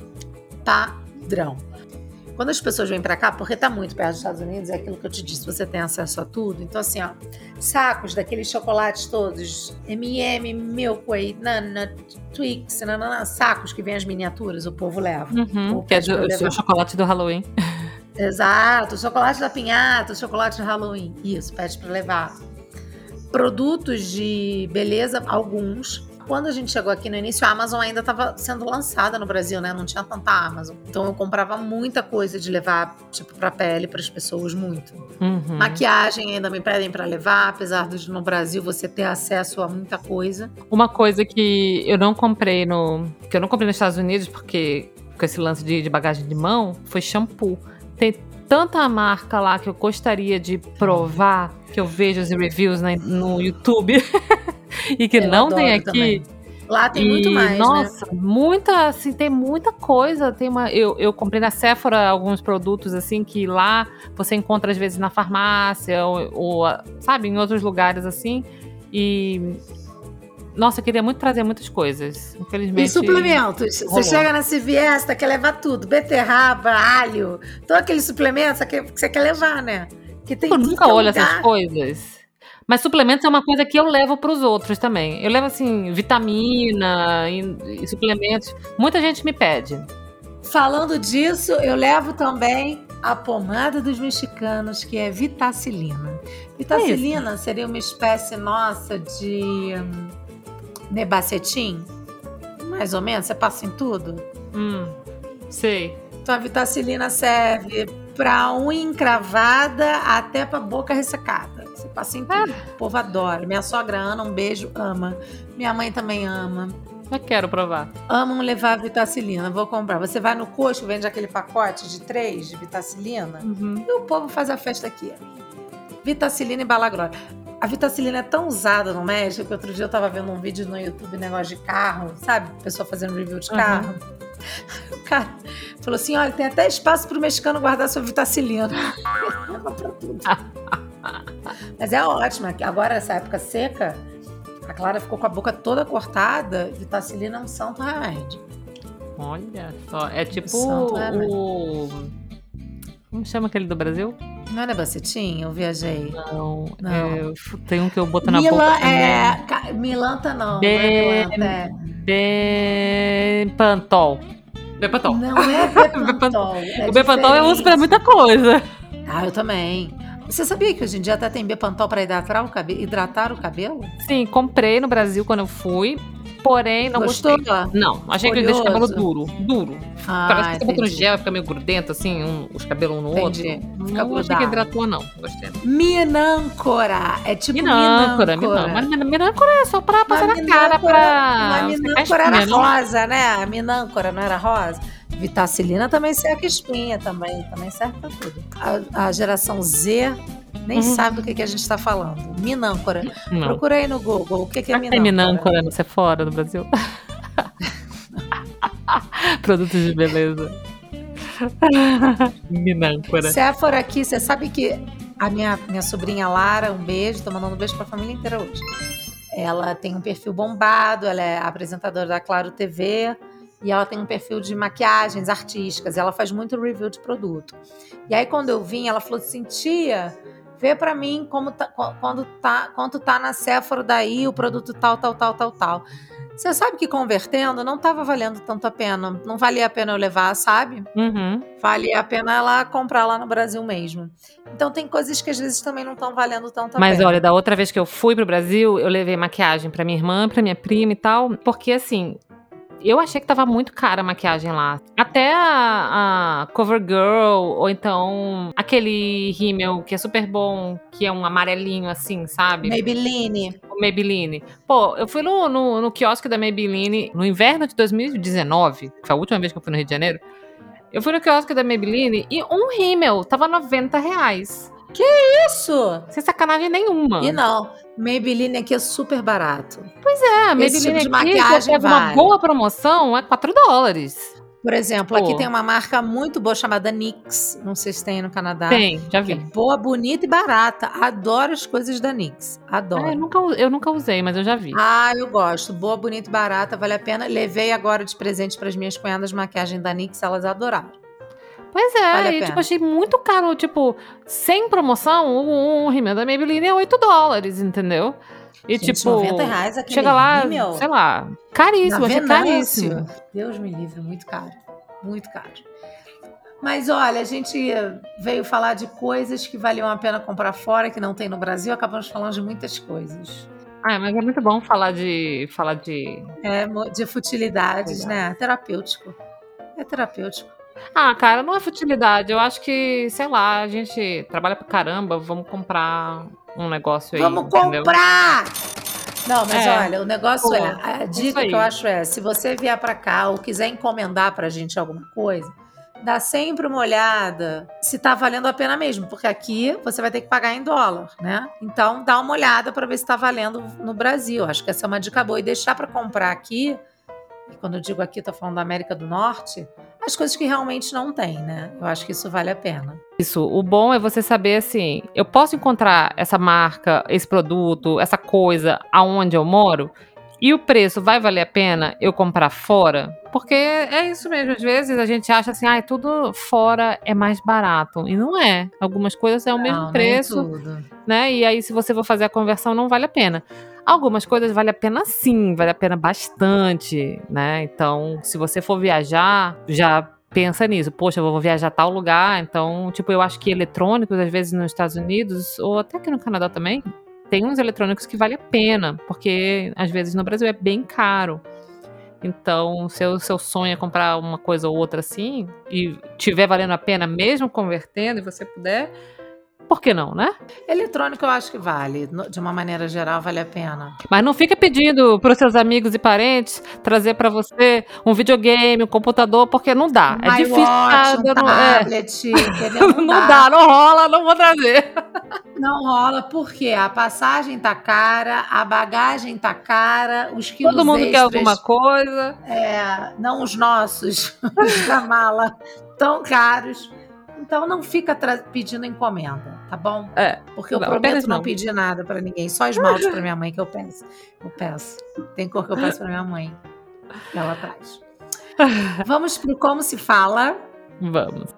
Padrão. Quando as pessoas vêm pra cá, porque tá muito perto dos Estados Unidos, é aquilo que eu te disse, você tem acesso a tudo. Então, assim, sacos daqueles chocolates todos, M&M, Milk Way, Nana, Twix, sacos que vem as miniaturas, o povo leva. Que é o chocolate do Halloween. Exato, o chocolate da pinhata, o chocolate do Halloween. Isso, pede pra levar. Produtos de beleza, alguns. Quando a gente chegou aqui no início, a Amazon ainda estava sendo lançada no Brasil, né? Não tinha tanta Amazon. Então eu comprava muita coisa de levar, tipo, pra pele, pras pessoas, muito. Maquiagem ainda me pedem pra levar, apesar de no Brasil você ter acesso a muita coisa. Uma coisa que eu não comprei nos Estados Unidos, porque com esse lance de bagagem de mão, foi shampoo. Tem tanta marca lá que eu gostaria de provar, que eu vejo os reviews no YouTube e que não tem aqui. Também. Lá tem muito mais, nossa, né? Muita, assim, tem muita coisa. Eu comprei na Sephora alguns produtos, assim, que lá você encontra às vezes na farmácia ou sabe, em outros lugares, assim. E... nossa, eu queria muito trazer muitas coisas. Infelizmente. E suplementos. Rolou. Você chega na CVS, quer levar tudo. Beterraba, alho. Todos aqueles suplementos que você quer levar, né? Que tem eu nunca olho essas coisas. Mas suplementos é uma coisa que eu levo pros outros também. Eu levo, assim, vitamina e suplementos. Muita gente me pede. Falando disso, eu levo também a pomada dos mexicanos, que é Vitacilina. Vitacilina seria uma espécie nossa de Nebacetim, mais ou menos, você passa em tudo. Sei. Então a Vitacilina serve para unha encravada até para boca ressecada. Você passa em tudo. O povo adora. Minha sogra Ana, um beijo, ama. Minha mãe também ama. Já quero provar. Amam levar a Vitacilina. Vou comprar. Você vai no Costco, vende aquele pacote de 3 de Vitacilina. E o povo faz a festa aqui. Vitacilina e balagrosa. A Vitacilina é tão usada no México que outro dia eu tava vendo um vídeo no YouTube, negócio de carro, sabe? Pessoa fazendo review de carro. O cara falou assim, olha, tem até espaço pro mexicano guardar sua Vitacilina. Leva pra tudo. Mas é ótimo. Agora, essa época seca, a Clara ficou com a boca toda cortada. Vitacilina é um santo remédio. Olha só. É tipo o... Como chama aquele do Brasil? Não era Bacetim? Eu viajei. Não. Tem um que eu boto na boca. Milanta não. Bepantol. Bepantol. Não é Bepantol. O Bepantol eu uso pra muita coisa. Ah, eu também. Você sabia que hoje em dia até tem Bepantol pra hidratar o cabelo? Sim, comprei no Brasil quando eu fui. Porém, não gostou? Gostei. Não, achei que ele deixa o cabelo duro. Parece que você bota no gel, fica meio grudento, assim, os cabelos um no outro. Não achei que hidratou, não. Gostei. Minâncora. É tipo Minâncora. Mas Minâncora é só pra passar na cara. Mas Minâncora era rosa, né? A Minâncora não era rosa? Vitacilina também seca espinha, também serve pra tudo. A geração Z nem sabe do que a gente está falando. Minâncora. Não. Procura aí no Google. O que é Minâncora? Tem Minâncora no Sephora, no Brasil? Produtos de beleza. Minâncora. Sephora aqui, você sabe que a minha sobrinha Lara, um beijo, tô mandando um beijo pra família inteira hoje. Ela tem um perfil bombado, ela é apresentadora da Claro TV e ela tem um perfil de maquiagens artísticas. Ela faz muito review de produto. E aí, quando eu vim, ela falou assim, tia, vê pra mim quanto tá na Sephora daí o produto tal. Você sabe que convertendo não tava valendo tanto a pena. Não valia a pena eu levar, sabe? Valia a pena ela comprar lá no Brasil mesmo. Então tem coisas que às vezes também não estão valendo tanto a pena. Mas olha, da outra vez que eu fui pro Brasil, eu levei maquiagem pra minha irmã, pra minha prima e tal. Porque assim, eu achei que tava muito cara a maquiagem lá. Até a CoverGirl, ou então aquele rímel que é super bom, que é um amarelinho assim, sabe? Maybelline. O Maybelline. Pô, eu fui no quiosque da Maybelline no inverno de 2019, que foi a última vez que eu fui no Rio de Janeiro. Eu fui no quiosque da Maybelline e um rímel tava R$90. Que isso? Sem sacanagem nenhuma. E não, Maybelline aqui é super barato. Pois é, a Maybelline tipo aqui, se pega uma boa promoção, é $4. Por exemplo, aqui tem uma marca muito boa chamada NYX. Não sei se tem no Canadá. Tem, já vi. É boa, bonita e barata. Adoro as coisas da NYX. Adoro. Eu nunca usei, mas eu já vi. Ah, eu gosto. Boa, bonita e barata, vale a pena. Levei agora de presente para as minhas cunhadas maquiagem da NYX, elas adoraram. Pois é, vale e achei muito caro, sem promoção, um rímel da Maybelline é $8, entendeu? E gente, R$90 aquele chega lá, rímel? Sei lá, caríssimo, achei caríssimo. Deus me livre, muito caro, muito caro. Mas olha, a gente veio falar de coisas que valiam a pena comprar fora, que não tem no Brasil, acabamos falando de muitas coisas. Mas é muito bom falar de de futilidades, né? Terapêutico. É terapêutico. Cara, não é futilidade. Eu acho que, sei lá, a gente trabalha pra caramba, vamos comprar um negócio aí. Vamos comprar! Não, mas olha, o negócio a dica que eu acho se você vier pra cá ou quiser encomendar pra gente alguma coisa, dá sempre uma olhada se tá valendo a pena mesmo, porque aqui você vai ter que pagar em dólar, né? Então, dá uma olhada pra ver se tá valendo no Brasil. Acho que essa é uma dica boa. E deixar pra comprar aqui, e quando eu digo aqui, tô falando da América do Norte, as coisas que realmente não tem, né? Eu acho que isso vale a pena. Isso, o bom é você saber assim, eu posso encontrar essa marca, esse produto, essa coisa aonde eu moro e o preço vai valer a pena eu comprar fora? Porque é isso mesmo, às vezes a gente acha assim, tudo fora é mais barato. E não é. Algumas coisas é o mesmo preço, né? E aí se você for fazer a conversão não vale a pena. Algumas coisas vale a pena sim, vale a pena bastante, né? Então, se você for viajar, já pensa nisso. Poxa, eu vou viajar a tal lugar, então, tipo, eu acho que eletrônicos, às vezes nos Estados Unidos, ou até aqui no Canadá também, tem uns eletrônicos que vale a pena, porque às vezes no Brasil é bem caro. Então, se o seu sonho é comprar uma coisa ou outra assim, e tiver valendo a pena mesmo convertendo, e você puder, por que não, né? Eletrônico eu acho que vale. De uma maneira geral, vale a pena. Mas não fica pedindo para os seus amigos e parentes trazer para você um videogame, um computador, porque não dá. É difícil. Um tablet, entendeu? Não dá, não rola, não vou trazer. Não rola, porque a passagem tá cara, a bagagem tá cara, os quilos todo mundo extras, quer alguma coisa. Não os nossos, os da mala, tão caros. Então não fica pedindo encomenda, tá bom? Porque eu prometo não pedir nada pra ninguém, só esmalte pra minha mãe que eu peço. Tem cor que eu peço pra minha mãe. Ela traz. Vamos pro como se fala. Vamos.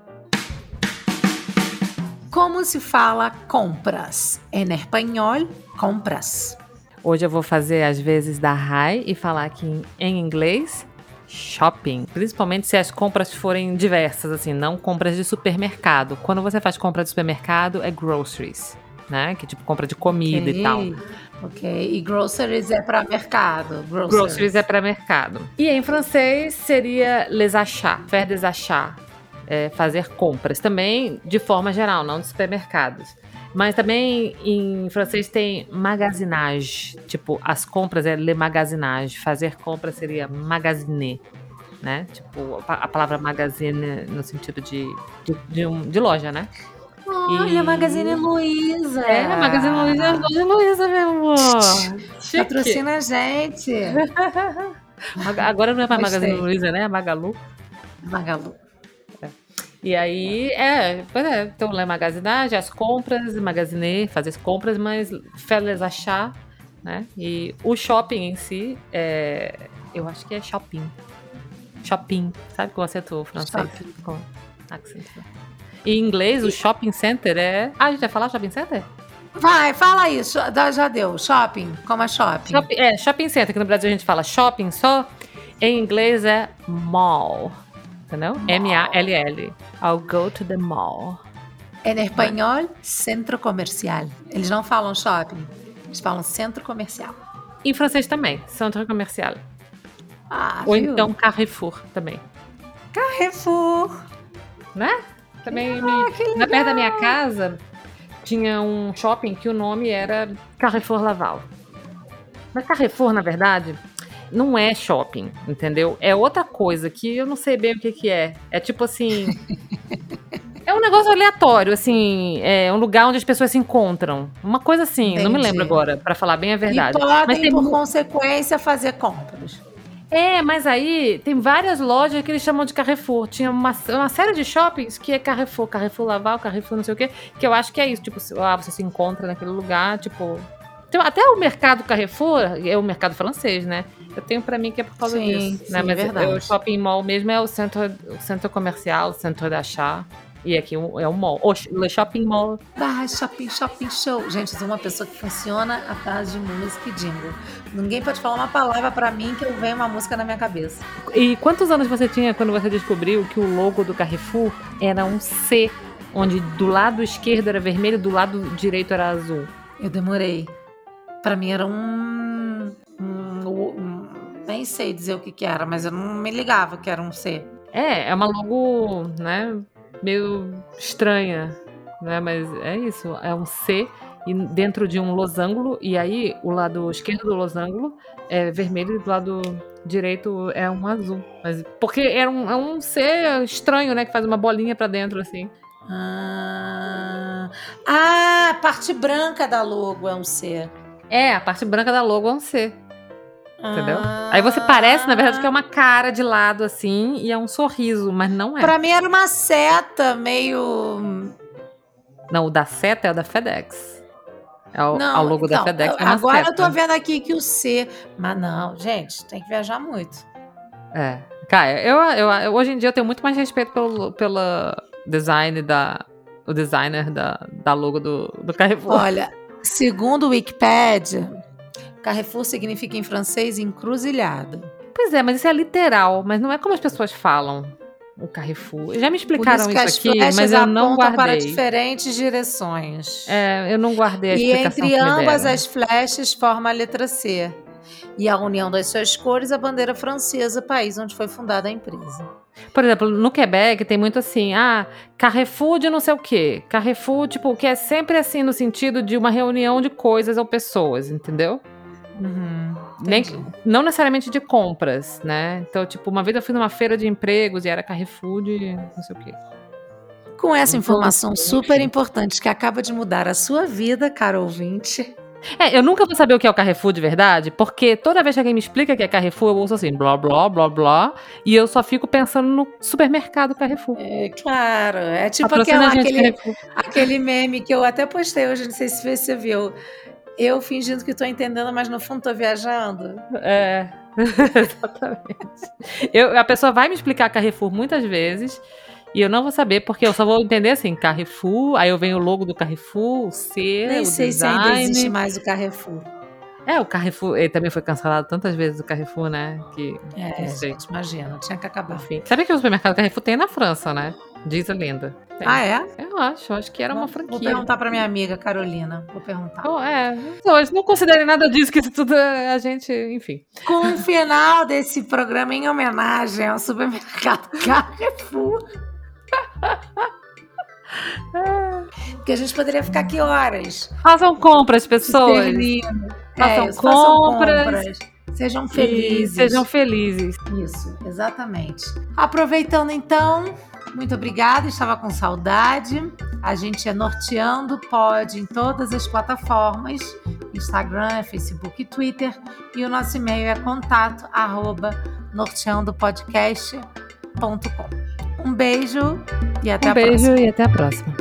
Como se fala compras? Em espanhol, compras. Hoje eu vou fazer às vezes da Rai e falar aqui em inglês shopping. Principalmente se as compras forem diversas, assim, não compras de supermercado. Quando você faz compra de supermercado, é groceries, né? Que tipo compra de comida e tal. Ok, e groceries é para mercado. Groceries é para mercado. E em francês seria les achats, faire des achats. Fazer compras, também de forma geral, não de supermercados. Mas também em francês tem magasinage, tipo, as compras é le magasinage, fazer compras seria magasiner, né? Tipo, a palavra magazine no sentido de loja, né? Olha, Magazine Luiza. Magazine Luiza é a loja Luiza, meu amor. Patrocina a gente. Agora não é mais Magazine Luiza, né? É Magalu. E aí, então, le magasinage, as compras, magasiner, fazer as compras, mas faire les achats, né? E o shopping em si, eu acho que é shopping. Shopping, sabe, com acento francês? Com acento. E em inglês, o shopping center a gente vai falar shopping center? Vai, fala isso, já deu. Shopping, como é shopping? Shopping center, que no Brasil a gente fala shopping só, em inglês é mall. Entendeu? M-A-L-L. I'll go to the mall. Em espanhol, centro comercial. Eles não falam shopping, eles falam centro comercial. Em francês também, centro comercial. Ou viu? então Carrefour também. Carrefour. Né? Também perto da minha casa tinha um shopping que o nome era Carrefour Laval. Mas Carrefour, na verdade, não é shopping, entendeu? É outra coisa que eu não sei bem o que é. É tipo assim... é um negócio aleatório, assim... É um lugar onde as pessoas se encontram. Uma coisa assim, Não me lembro agora, pra falar bem a verdade. E podem, mas por consequência, fazer compras. Mas aí tem várias lojas que eles chamam de Carrefour. Tinha uma série de shoppings que é Carrefour. Carrefour Laval, Carrefour não sei o quê. Que eu acho que é isso. Tipo, você se encontra naquele lugar, tipo... Então, até o mercado Carrefour é o mercado francês, né? Eu tenho pra mim que é por causa disso. Né? Mas o shopping mall mesmo é o centro comercial, o centro d'achat. E aqui é o mall. O shopping mall. Shopping show. Gente, eu sou uma pessoa que funciona à base de música e jingle. Ninguém pode falar uma palavra pra mim que eu venho uma música na minha cabeça. E quantos anos você tinha quando você descobriu que o logo do Carrefour era um C, onde do lado esquerdo era vermelho, do lado direito era azul? Eu demorei. Pra mim era nem sei dizer o que era, mas eu não me ligava que era um C. É uma logo, né, meio estranha, né, mas é isso, é um C e dentro de um losango, e aí o lado esquerdo do losango é vermelho e do lado direito é um azul. Mas porque é um C estranho, né, que faz uma bolinha pra dentro, assim. A parte branca da logo é um C. A parte branca da logo é um C. Entendeu? Aí você parece, na verdade, que é uma cara de lado, assim, e é um sorriso, mas não é. Pra mim era uma seta meio... Não, o da seta é o da FedEx. O logo da FedEx é uma agora seta. Eu tô vendo aqui que o C... Mas não, gente, tem que viajar muito. Cara, eu hoje em dia eu tenho muito mais respeito pelo design o designer da logo do Carrefour. Olha, segundo o Wikipedia, Carrefour significa em francês encruzilhada. Pois é, mas isso é literal, mas não é como as pessoas falam, o Carrefour. Já me Por explicaram isso que as isso aqui, flechas mas eu não apontam para guardei. diferentes direções. Eu não guardei a E explicação entre que me ambas deram. as flechas forma a letra C. E a união das suas cores, a bandeira francesa, país onde foi fundada a empresa. Por exemplo, no Quebec tem muito assim, Carrefour de não sei o quê. Carrefour, tipo, que é sempre assim no sentido de uma reunião de coisas ou pessoas, entendeu? Não necessariamente de compras, né? Então, tipo, uma vez eu fui numa feira de empregos e era Carrefour de não sei o quê. Com essa Então, informação enfim. super importante que acaba de mudar a sua vida, caro ouvinte. Eu nunca vou saber o que é o Carrefour de verdade, porque toda vez que alguém me explica que é Carrefour, eu ouço assim, blá, blá, blá, blá, e eu só fico pensando no supermercado Carrefour. Claro, é tipo Patrocina a gente, Carrefour. aquele meme que eu até postei hoje, não sei se você viu. Eu fingindo que tô entendendo, mas no fundo tô viajando. Exatamente. A pessoa vai me explicar Carrefour muitas vezes, e eu não vou saber, porque eu só vou entender assim, Carrefour, aí eu venho o logo do Carrefour, o C, Nem o sei design. se ainda existe mais o Carrefour. O Carrefour, ele também foi cancelado tantas vezes, o Carrefour, né? Que, não sei. Gente, imagina, tinha que acabar. Enfim. Sabe que o supermercado Carrefour tem na França, né? Diz a lenda. Tem. É? Eu acho que era uma franquia. Vou perguntar pra minha amiga Carolina, vou perguntar. Não considerem nada disso, que isso tudo a gente, enfim. Com o final desse programa em homenagem ao supermercado Carrefour. Porque a gente poderia ficar aqui horas. Façam compras, pessoas. Façam compras. Sejam felizes. Sejam felizes. Isso, exatamente. Aproveitando então, muito obrigada, estava com saudade. A gente é Norteando Pod em todas as plataformas, Instagram, Facebook e Twitter. E o nosso e-mail é contato@norteandopodcast.com. Um beijo e até a próxima. E até a próxima.